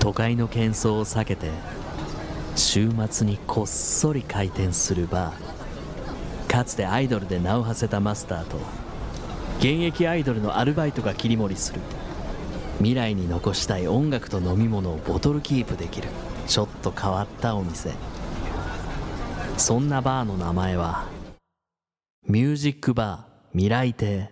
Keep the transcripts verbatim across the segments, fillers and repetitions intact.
都会の喧騒を避けて週末にこっそり開店するバー。かつてアイドルで名を馳せたマスターと現役アイドルのアルバイトが切り盛りする未来に残したい音楽と飲み物をボトルキープできるちょっと変わったお店。そんなバーの名前はミュージックバー未来亭。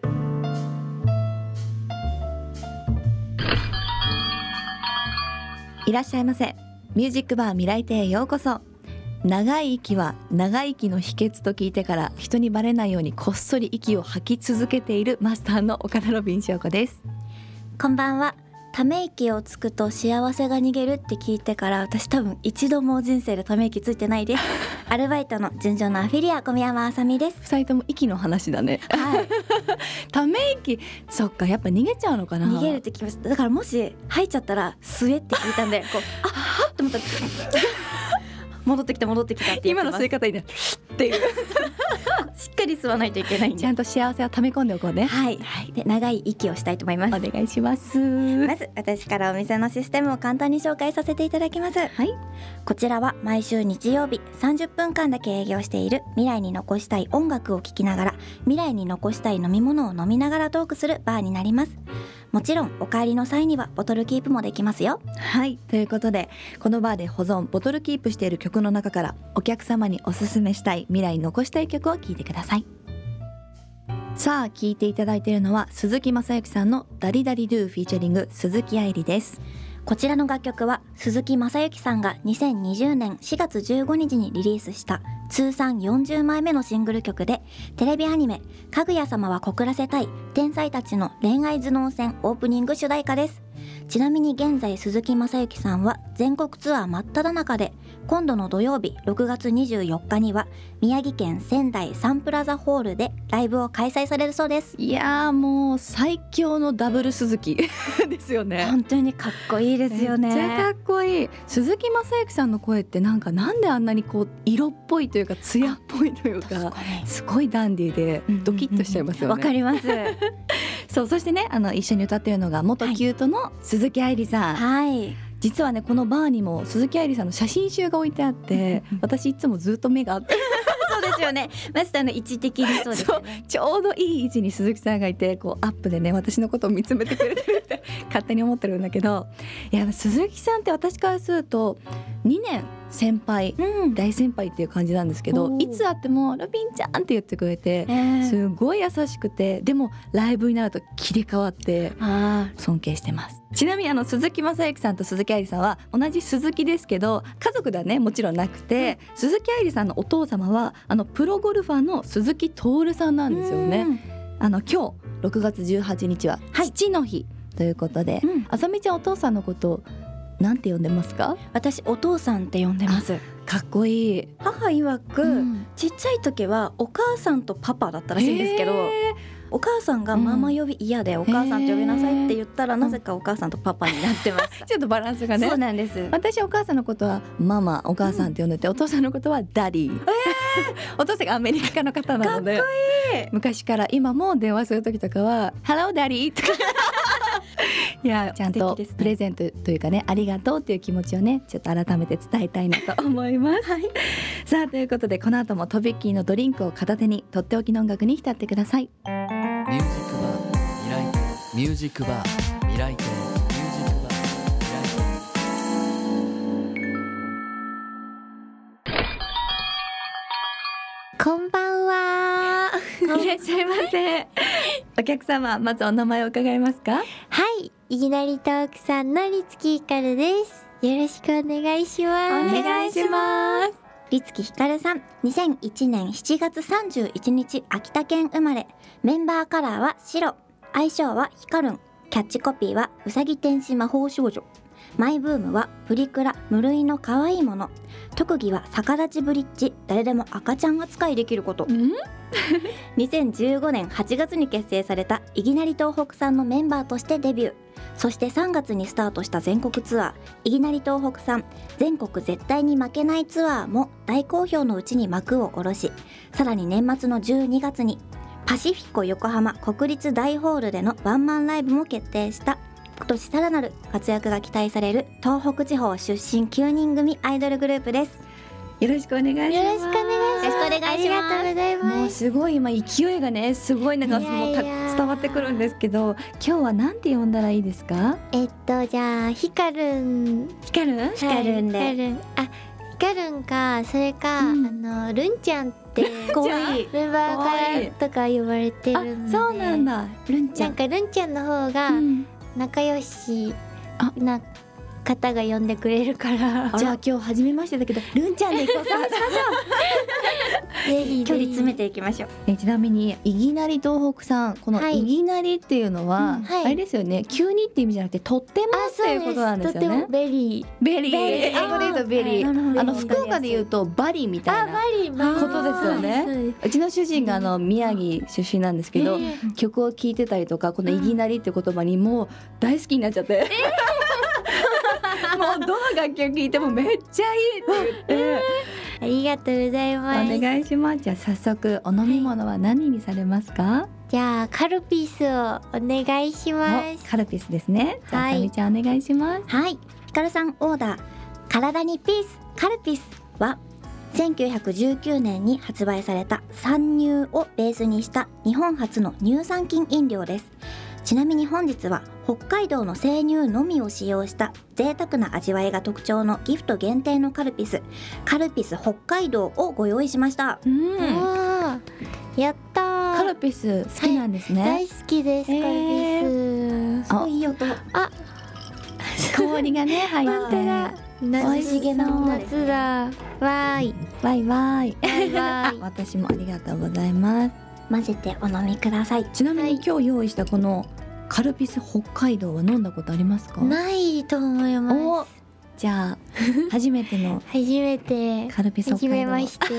いらっしゃいませ。ミュージックバー未来亭へようこそ。長い息は長生きの秘訣と聞いてから人にバレないようにこっそり息を吐き続けているマスターの岡田ロビン翔子です。 こんばんは。ため息をつくと幸せが逃げるって聞いてから私多分一度も人生でため息ついてないですアルバイトの純情のアフィリア小宮山あさみです。 二人とも息の話だね、 はい、 ため息、そっか、やっぱ逃げちゃうのかな。 逃げるって聞きました。だからもし吐いちゃったら吸えって聞いたんでこうあはっと思ったら戻ってきた戻ってきたって言ってます。 今の吸い方いいねっていうしっかり吸わないといけないんでちゃんと幸せを溜め込んでおこうね。 はい、はい、で長い息をしたいと思います。 お願いします。 まず私からお店のシステムを簡単に紹介させていただきます。はい、こちらは毎週日曜日さんじゅっぷんかんだけ営業している未来に残したい音楽を聴きながら未来に残したい飲み物を飲みながらトークするバーになります。もちろんお帰りの際にはボトルキープもできますよ。 はい、ということでこのバーで保存ボトルキープしている曲の中からお客様におすすめしたい未来に残したい曲を聴いてください。さあ聴いていただいているのは鈴木雅之さんのダリダリドゥフィーチャリング鈴木愛理です。 こちらの楽曲は鈴木雅之さんがにせんにじゅうねんしがつじゅうごにちにリリースした通算よんじゅうまいめのシングル曲で、テレビアニメかぐや様は告らせたい天才たちの恋愛頭脳戦オープニング主題歌です。ちなみに現在鈴木雅之さんは全国ツアー真っ只中で、今度の土曜日ろくがつにじゅうよっかには宮城県仙台サンプラザホールでライブを開催されるそうです。 いやーもう最強のダブル鈴木ですよね。 本当にかっこいいですよね。 めっちゃかっこいい。鈴木雅之さんの声ってなんかなんであんなにこう色っぽいというか艶っぽいというかすごいダンディーでドキッとしちゃいますよね。 わかりますそう、そしてね、あの一緒に歌っているのが元キュートの鈴木愛理さん、 はい、 実はねこのバーにも鈴木愛理さんの写真集が置いてあって私いつもずっと目があってそうですよね。マスターの位置的にそうですよね。 ちょうどいい位置に鈴木さんがいて、こうアップでね私のことを見つめてくれてるって勝手に思ってるんだけど、いや鈴木さんって私からするとにねん先輩、うん、大先輩っていう感じなんですけど、いつ会ってもロビンちゃんって言ってくれて、えー、すごい優しくて、でもライブになると切り替わって尊敬してます。ちなみにあの鈴木雅之さんと鈴木愛理さんは同じ鈴木ですけど家族ではねもちろんなくて、うん、鈴木愛理さんのお父様はあのプロゴルファーの鈴木徹さんなんですよね。あの今日ろくがつじゅうはちにちは父の日ということで、はい、あさみちゃんお父さんのことなんて呼んでますか？ 私お父さんって呼んでます。 かっこいい。 母曰く、うん、ちっちゃい時はお母さんとパパだったらしいんですけど、お母さんがママ呼び嫌で、うん、お母さんって呼びなさいって言ったら、なぜかお母さんとパパになってました。 ちょっとバランスがね。 そうなんです。 私お母さんのことはママ、お母さんって呼んでて、うん、お父さんのことはダディ、えー、お父さんがアメリカの方なので、 かっこいい。 昔から今も電話する時とかは Hello Daddy とかいやちゃんとプレゼントというかね、ありがとうっていう気持ちをねちょっと改めて伝えたいなと思います、はい、さあということでこの後もとびっきりのドリンクを片手にとっておきの音楽に浸ってください。 ミュージックバー未来亭、ミュージックバー未来亭、ミュージックバー未来亭。 こんばんは。 いらっしゃいませ。お客様まずお名前を伺えますか？ はい、いきなりトークさんのりつきひかるです。よろしくお願いします。 お願いします。 りつきひかるさん、にせんいちねんしちがつさんじゅういちにち秋田県生まれ。メンバーカラーは白、愛称はひかるん、キャッチコピーはうさぎ天使魔法少女。マイブームはプリクラ、無類の可愛いもの。特技は逆立ちブリッジ、誰でも赤ちゃん扱いできること。にせんじゅうごねんはちがつに結成されたいぎなり東北さんのメンバーとしてデビュー。そしてさんがつにスタートした全国ツアーいぎなり東北さん全国絶対に負けないツアーも大好評のうちに幕を下ろし、さらに年末のじゅうにがつにパシフィコ横浜国立大ホールでのワンマンライブも決定した今年さらなる活躍が期待される東北地方出身きゅうにん組アイドルグループです。 よろしくお願いします。 よろしくお願いします。よろしくお願いします。ありがとうございます。 もうすごい今勢いがねすごいなんかもうた伝わってくるんですけど、今日はなんて呼んだらいいですか？ えっとじゃあヒカルンヒカルン？ ヒカルンで、 はい、ヒカルンあヒカルンかそれか、うん、あのルンちゃんってかわいいメンバーからとか呼ばれてるので、 そうなんだ。ルンちゃんなんかルンちゃんの方が仲良しな方が呼んでくれるから、 じゃあ今日初めましてだけどルンちゃんで行こう。そうしましょう。 ぜひ距離詰めていきましょう。 えちなみにいぎなり東北さん、このいぎなりっていうのは、はい、あれですよね、急にって意味じゃなくてとってもっていうことなんですよね。 とってもベリーベリー英語で言うとベリー、あの福岡で言うとバリみたいなことですよね。うちの主人があの宮城出身なんですけど、えー、曲を聴いてたりとかこのいぎなりって言葉にもう大好きになっちゃって、えー、もうどの楽曲聴いてもめっちゃいいって言って、 ありがとうございます。 お願いします。じゃあ早速お飲み物は何にされますか？はい、 じゃあカルピスをお願いします。 カルピスですね。じゃあ、はい、さみちゃんお願いします。 はい、ひかるさんオーダー体にピースカルピスはせんきゅうひゃくじゅうきゅうねんに発売された酸乳をベースにした日本初の乳酸菌飲料です。ちなみに本日は北海道の生乳のみを使用した贅沢な味わいが特徴のギフト限定のカルピスカルピス北海道をご用意しました。 うん、 やったー。 カルピス好きなんですね。 はい、大好きです、えー、カルピス。 すごいいい音。 あ氷がね入って美味しげな夏だ。わーいわいわいわいわい私もありがとうございます。 混ぜてお飲みください。 ちなみに今日用意したこのカルピス北海道は飲んだことありますか？ ないと思います。 じゃあ初めての初めてカルピス北海道初めまして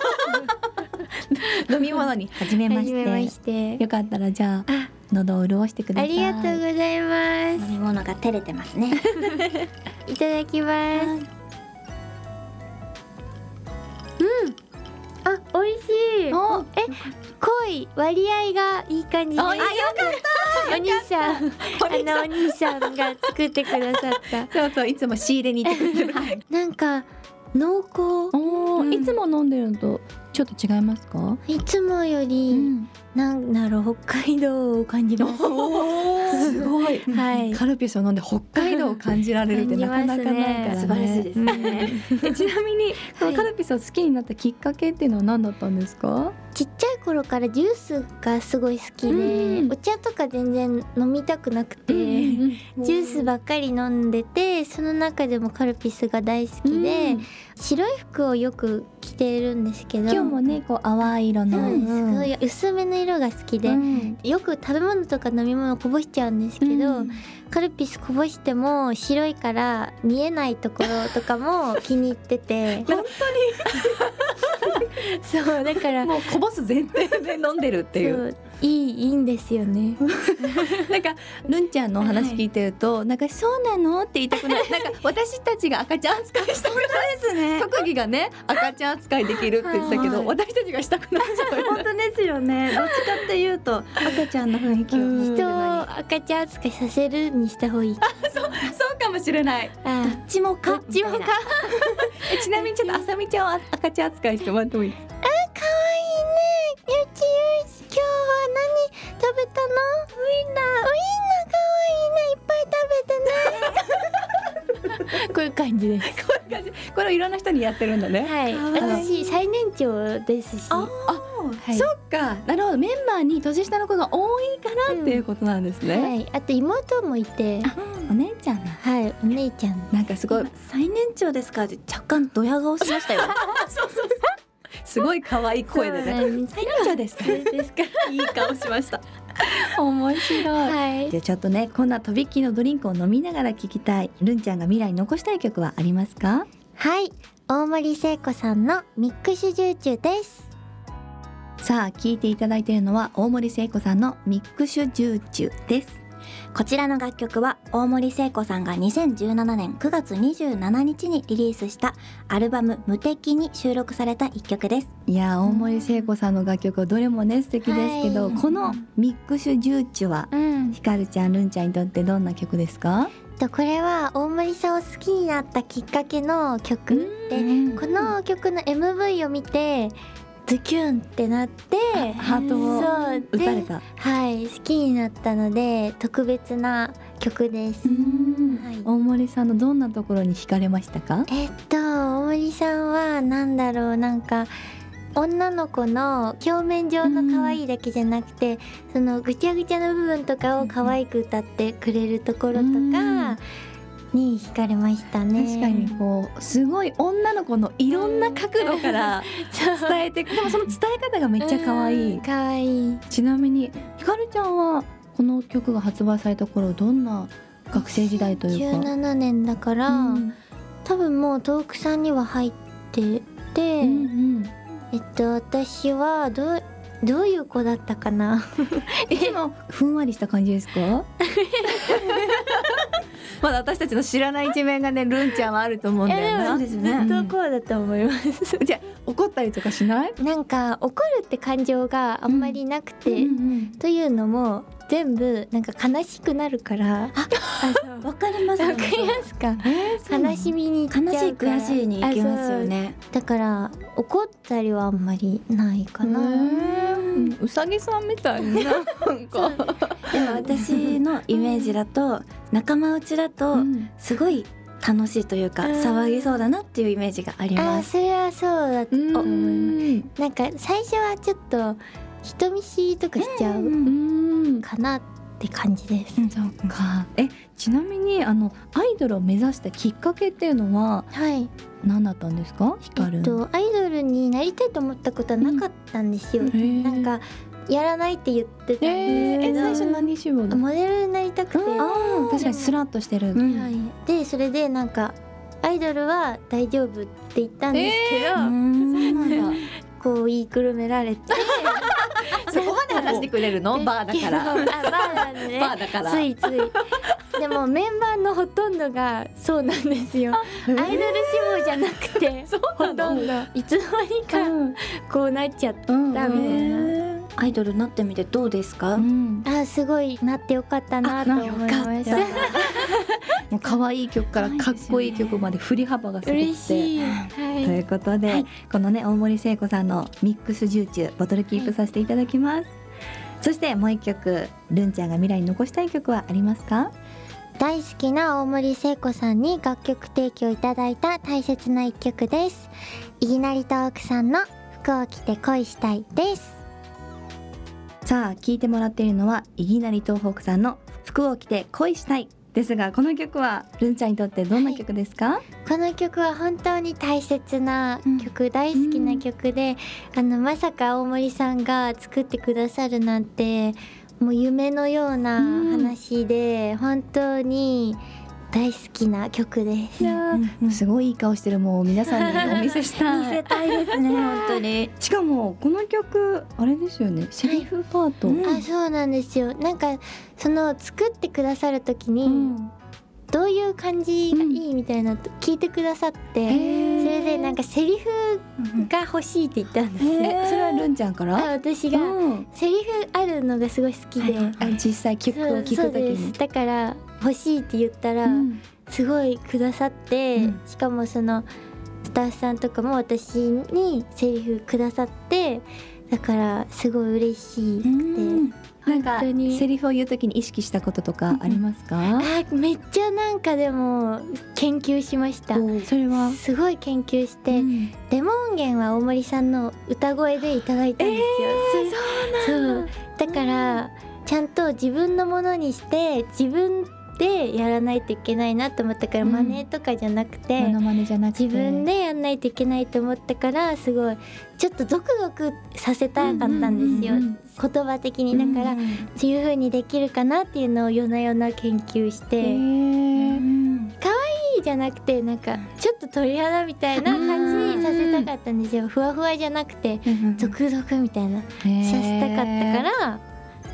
飲み物に初めまして初めましてよかったらじゃあ喉を潤してください。 ありがとうございます。 飲み物が照れてますねいただきます。うん、あ、美味しい。え、濃い割合がいい感じです。 あ、よかったお兄さん、あのお兄さんが作ってくださったそうそう、いつも仕入れに行ってくれる、はい、 なんか濃厚。 お、うん、いつも飲んでるのとちょっと違いますか？ いつもより、うん、なんだろう、北海道を感じます。 すごい、はい、カルピスを飲んで北海道を感じられるってなかなかないからね。 素晴らしいですねえちなみにこのカルピスを好きになったきっかけっていうのは何だったんですか？ ちっちゃい頃からジュースがすごい好きで、うん、お茶とか全然飲みたくなくて、うん、ジュースばっかり飲んでて、その中でもカルピスが大好きで、うん、白い服をよく着てるんですけど、 今日もねこう淡い色の、 うん、そういう薄めの色が好きで、うん、よく食べ物とか飲み物こぼしちゃうんですけど、うん、カルピスこぼしても白いから見えないところとかも気に入ってて本当にそうだからもうこぼす前提で飲んでるっていう。 いいいいんですよねなんかルンちゃんのお話聞いてると、はい、なんかそうなのって言いたくないなんか私たちが赤ちゃん扱いしたくないですね特技がね赤ちゃん扱いできるって言ってたけど、はい、私たちがしたくなっちゃう本当ですよね。どっちかっていうと赤ちゃんの雰囲気を人を赤ちゃん扱いさせるにした方がいいそう、そうかもしれない。 どっちもかどっちもかえちなみにちょっとあさみちゃんを赤ちゃん扱いしてもらってもいい？ あ、かわいいね。よちよち、今日は何食べたの？ウインナー。ウインナーかわいいね。いっぱい食べてねこういう感じですこういう感じ。これをいろんな人にやってるんだね。 はい、私最年長ですし。 ああ、はい、そっか、なるほど。メンバーに年下の子が多いからっていうことなんですね、 うん、はい。あと妹もいて、 あ、お姉ちゃんだ。 はい、お姉ちゃん。 なんかすごい最年長ですかって若干ドヤ顔しましたよそうそうそう、すごい可愛い声でね、最年長ですかですかいい顔しました面白い、 はい、 じゃあちょっとね、こんなとびっきりのドリンクを飲みながら聴きたいルンちゃんが未来に残したい曲はありますか？ はい、大森聖子さんのミックスジューチューです。 さあ聴いていただいているのは大森聖子さんのミックスジューチューです。 こちらの楽曲は大森聖子さんがにせんじゅうななねんくがつにじゅうしちにちにリリースしたアルバム無敵に収録された一曲です。 いや大森聖子さんの楽曲はどれもね素敵ですけど、 はい、 このミックスジューチュは、 うん、 ひかるちゃんるんちゃんにとってどんな曲ですか？ とこれは大森さんを好きになったきっかけの曲で、この曲の エムブイ を見てズキュンってなってハートをそう打たれた。 はい好きになったので特別な曲です。はい、 大森さんのどんなところに惹かれましたか？ えっと大森さんはなんだろうなんか女の子の表面上の可愛いだけじゃなくて、うん、そのぐちゃぐちゃの部分とかを可愛く歌ってくれるところとかに惹かれましたね。 確かにこうすごい女の子のいろんな角度から伝えて、でもその伝え方がめっちゃ可愛い。 うん、可愛い。 ちなみにひかるちゃんはこの曲が発売された頃どんな学生時代というか？ じゅうななねんだから、うん、多分もう東北さんには入ってて、うんうんえっと私はどうどういう子だったかな。 いつもふんわりした感じですか？まだ私たちの知らない一面がねるんちゃんはあると思うんだよな。 そうですね。ずっとこうだと思います。 じゃあ怒ったりとかしない？ なんか怒るって感情があんまりなくて、うんうんうん、というのも全部なんか悲しくなるから。 あ、わかります。 わかりますか？えー、悲しみに行っちゃうから。 悲しい悔しいに行きますよね。 だから怒ったりはあんまりないかな。 うさぎさんみたいな。なんかでも私のイメージだと仲間内だとすごい楽しいというか、うん、騒ぎそうだなっていうイメージがあります。 あ、それはそうだと思います。なんか最初はちょっと人見知りとかしちゃうかなって感じです。 うん、そうか。え、ちなみにあのアイドルを目指したきっかけっていうのは何だったんですか？ひかる。 えっとアイドルになりたいと思ったことはなかったんですよ。うん、なんかやらないって言ってたんですけど、 えー、最初何志望だ？ モデルになりたくて、 あ確かにスラッとしてる、 うんはい、でそれでなんかアイドルは大丈夫って言ったんですけど、えー、うんこう言いくるめられてそこまで話してくれるの？バーだからあバーなんでねバーだからついついでもメンバーのほとんどがそうなんですよ。アイドル志望じゃなくてほとんどいつの間にかこうなっちゃったみたいな、うんうんアイドルになってみてどうですか？ うん、あすごいなってよかったなと思いました。 もう可愛い曲からかっこいい曲まで振り幅がすごくて、 嬉しい、はい、 ということで、はい、このね大森聖子さんのミックスジューチューボトルキープさせていただきます、はい、そしてもう一曲るんちゃんが未来に残したい曲はありますか？ 大好きな大森聖子さんに楽曲提供いただいた大切な一曲です。いぎなり東北さんの服を着て恋したいです。 さあ聴いてもらっているのはいぎなり東北さんの服を着て恋したいですが、この曲はるんちゃんにとってどんな曲ですか？はい、 この曲は本当に大切な曲、うん、大好きな曲で、うん、あのまさか大森さんが作ってくださるなんてもう夢のような話で、うん、本当に大好きな曲です。 いや、うん、すごいいい顔してる。もう皆さんにお見せしたい見せたいですね本当に。 しかもこの曲あれですよね、セリフパート、 はいうん、あそうなんですよ。なんかその作ってくださる時に、うん、どういう感じがいいみたいなと聞いてくださって、うん、それでなんかセリフが欲しいって言ったんですよ、 えー、それはるんちゃんから？ あ私が、うん、セリフあるのがすごい好きで、はい、 あ実際曲を聴く時にだから欲しいって言ったら、うん、すごいくださって、うん、しかもそのスタッフさんとかも私にセリフくださって、だからすごい嬉しくて、うん、 なんかセリフを言うときに意識したこととかありますか？うん、 あめっちゃなんかでも研究しました。 それはすごい研究して、うん、デモ音源は大森さんの歌声でいただいたんですよ。 えー、そうなんだ。 そうだからちゃんと自分のものにして自分でやらないといけないなと思ったから、うん、真似とかじゃなくて、 モノマネじゃなくて自分でやらないといけないと思ったから、すごいちょっとゾクゾクさせたかったんですよ、うんうんうん、言葉的に。だから、うんうん、そういう風にできるかなっていうのを夜な夜な研究して、可愛いじゃなくてなんかちょっと鳥肌みたいな感じにさせたかったんですよ。ふわふわじゃなくてゾクゾクみたいなさせたかったから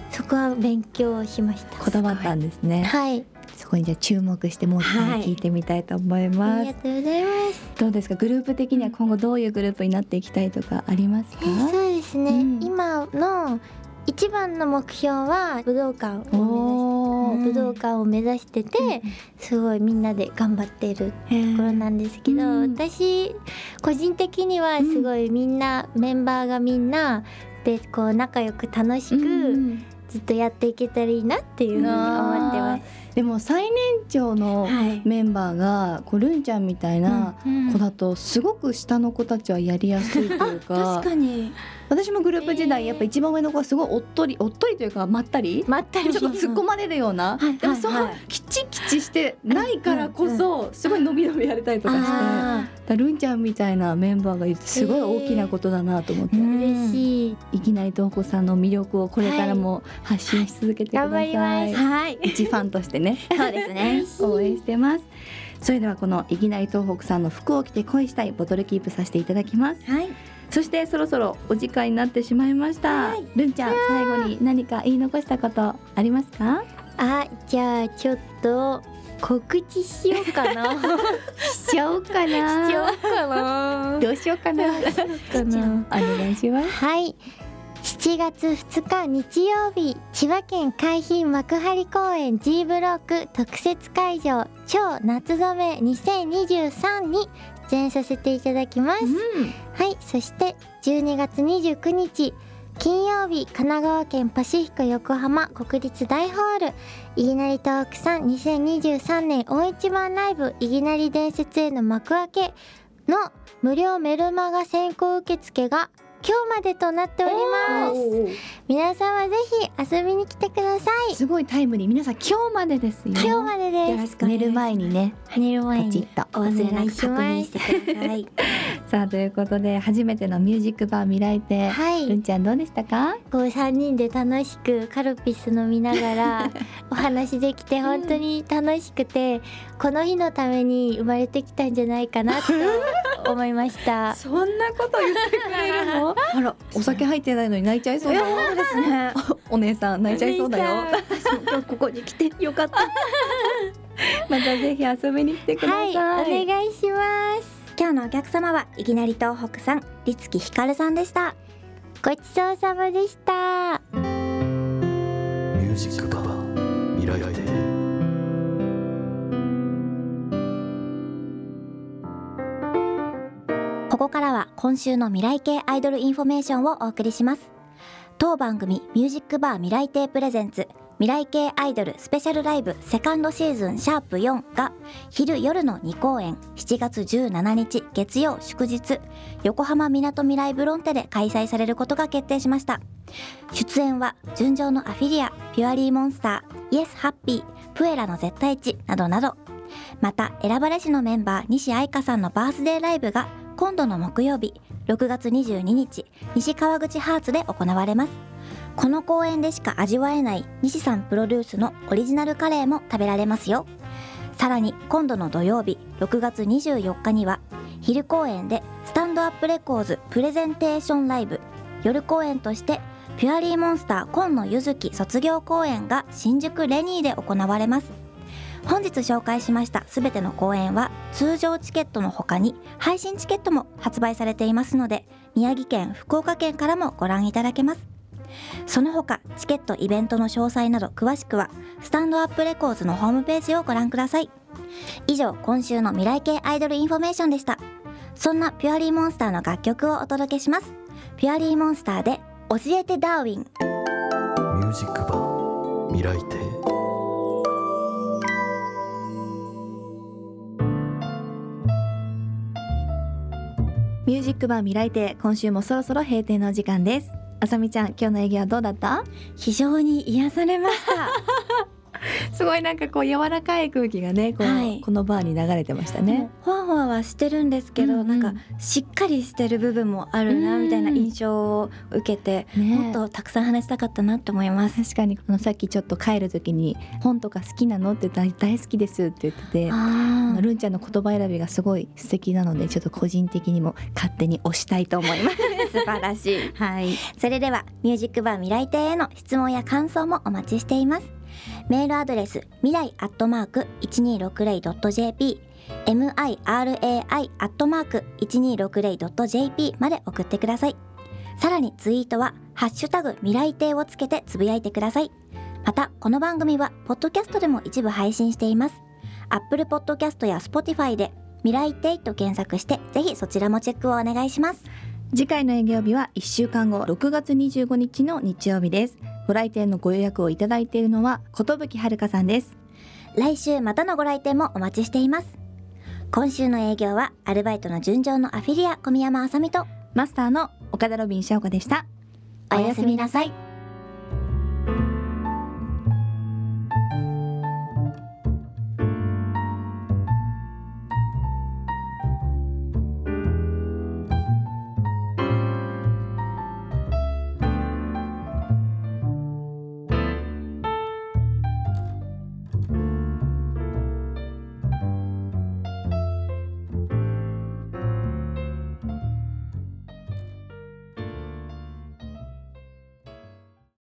そこは勉強しました。 こだわったんですね。 はい、 そこにじゃあ注目してもう一回聞いてみたいと思います、 ありがとうございます。 どうですか、グループ的には今後どういうグループになっていきたいとかありますか？ えー、そうですね、 うん、 今の一番の目標は武道館を目指して武道館を目指してて、うん、すごいみんなで頑張っているところなんですけど、うん、私個人的にはすごいみんな、うん、メンバーがみんなでこう仲良く楽しく、うんずっとやっていけたらいいなっていうふうに思ってます。 でも最年長のメンバーがこうルンちゃんみたいな子だとすごく下の子たちはやりやすいというか、 確かに私もグループ時代やっぱ一番上の子はすごいおっとりおっとりというかまったりまったりちょっと突っ込まれるような、 はい、 でもそうきちきちしてないからこそすごい伸び伸びやれたりとかして、だルンちゃんみたいなメンバーがいるってすごい大きなことだなと思って、 嬉しい。 いきなり東北さんの魅力をこれからも発信し続けてください、 頑張ります。 はい、 一ファンとしてねそうですね応援してます。それではこのいきなり東北さんの服を着て恋したいボトルキープさせていただきます。 はい、 そしてそろそろお時間になってしまいました、はい、ルンちゃん最後に何か言い残したことありますか？ あ、じゃあちょっと告知しようかなしちゃおうかなしちゃおうかなどうしようかなかなお願いします。 はい、しちがつふつか日曜日、千葉県海浜幕張公園 G ブロック特設会場超夏染めにせんにじゅうさんに出演させていただきます、うん、はい。そしてじゅうにがつにじゅうくにち金曜日、神奈川県パシフィコ横浜国立大ホールいきなりトークさんにせんにじゅうさんねん大一番ライブいきなり伝説への幕開けの無料メルマガ先行受付が今日までとなっております。皆さんはぜひ遊びに来てください。 すごいタイムリー。皆さん今日までですよ。 今日までです。 よろしくお願いします。 寝る前にね、 寝る前にパチッとお忘れなく確認してくださいさあということで初めてのミュージックバー未来亭、 はい、 ルンちゃんどうでしたか？ こうさんにんで楽しくカルピス飲みながらお話できて本当に楽しくて、この日のために生まれてきたんじゃないかなと思いましたそんなこと言ってくれるの？あら、お酒入ってないのに泣いちゃいそうだよ。 そうですねお姉さん泣いちゃいそうだよ。 私も今日ここに来てよかったまたぜひ遊びに来てください。 はい、お願いします。 今日のお客様はいきなり東北さん、律木ひかるさんでした。 ごちそうさまでした。 ミュージックバー未来亭。 ここからは今週の未来系アイドルインフォメーションをお送りします。当番組ミュージックバー未来亭プレゼンツ未来系アイドルスペシャルライブセカンドシーズンシャープよんが昼夜のに公演しちがつじゅうしちにち月曜祝日横浜みなとみらいブロンテで開催されることが決定しました。出演は純情のアフィリア、ピュアリーモンスター、イエスハッピー、プエラの絶対値などなど、また選ばれしのメンバー西愛香さんのバースデーライブが今度の木曜日ろくがつにじゅうににち西川口ハーツで行われます。この公演でしか味わえない西さんプロデュースのオリジナルカレーも食べられますよ。さらに今度の土曜日ろくがつにじゅうよっかには昼公演でスタンドアップレコーズプレゼンテーションライブ、夜公演としてピュアリーモンスター今野ゆずき卒業公演が新宿レニーで行われます。本日紹介しましたすべての公演は通常チケットの他に配信チケットも発売されていますので、宮城県、福岡県からもご覧いただけます。その他チケットイベントの詳細など詳しくはスタンドアップレコーズのホームページをご覧ください。以上、今週の未来系アイドルインフォメーションでした。そんなピュアリーモンスターの楽曲をお届けします。ピュアリーモンスターで教えてダーウィン。 ミュージックバー未来亭。 ミュージックバー未来亭、今週もそろそろ閉店のお時間です。あさみちゃん、今日の営業はどうだった？ 非常に癒されましたすごいなんかこう柔らかい空気がねこう、はい、このバーに流れてましたね。 ほわほわはしてるんですけど、うんうん、なんかしっかりしてる部分もあるなみたいな印象を受けて、ね、もっとたくさん話したかったなって思います。 確かにあのさっきちょっと帰る時に本とか好きなのって言ったら大好きですって言ってて、あルンちゃんの言葉選びがすごい素敵なので、ちょっと個人的にも勝手に推したいと思います素素晴らしい。はい。 それではミュージックバー未来亭への質問や感想もお待ちしています。メールアドレス未来アットマーク いちにーろくぜろ ドット ジェーピー ミライ アットマーク いちにーろくぜろ ドット ジェーピー まで送ってください。さらにツイートはハッシュタグ未来亭をつけてつぶやいてください。またこの番組はポッドキャストでも一部配信しています。Apple Podcast や Spotify で未来亭と検索してぜひそちらもチェックをお願いします。 次回の営業日はいっしゅうかんごろくがつにじゅうごにちの日曜日です。ご来店のご予約をいただいているのは寿はるかさんです。 来週またのご来店もお待ちしています。今週の営業はアルバイトの純情のアフィリア小宮山あさみとマスターの岡田ロビン翔子でした。 おやすみなさい。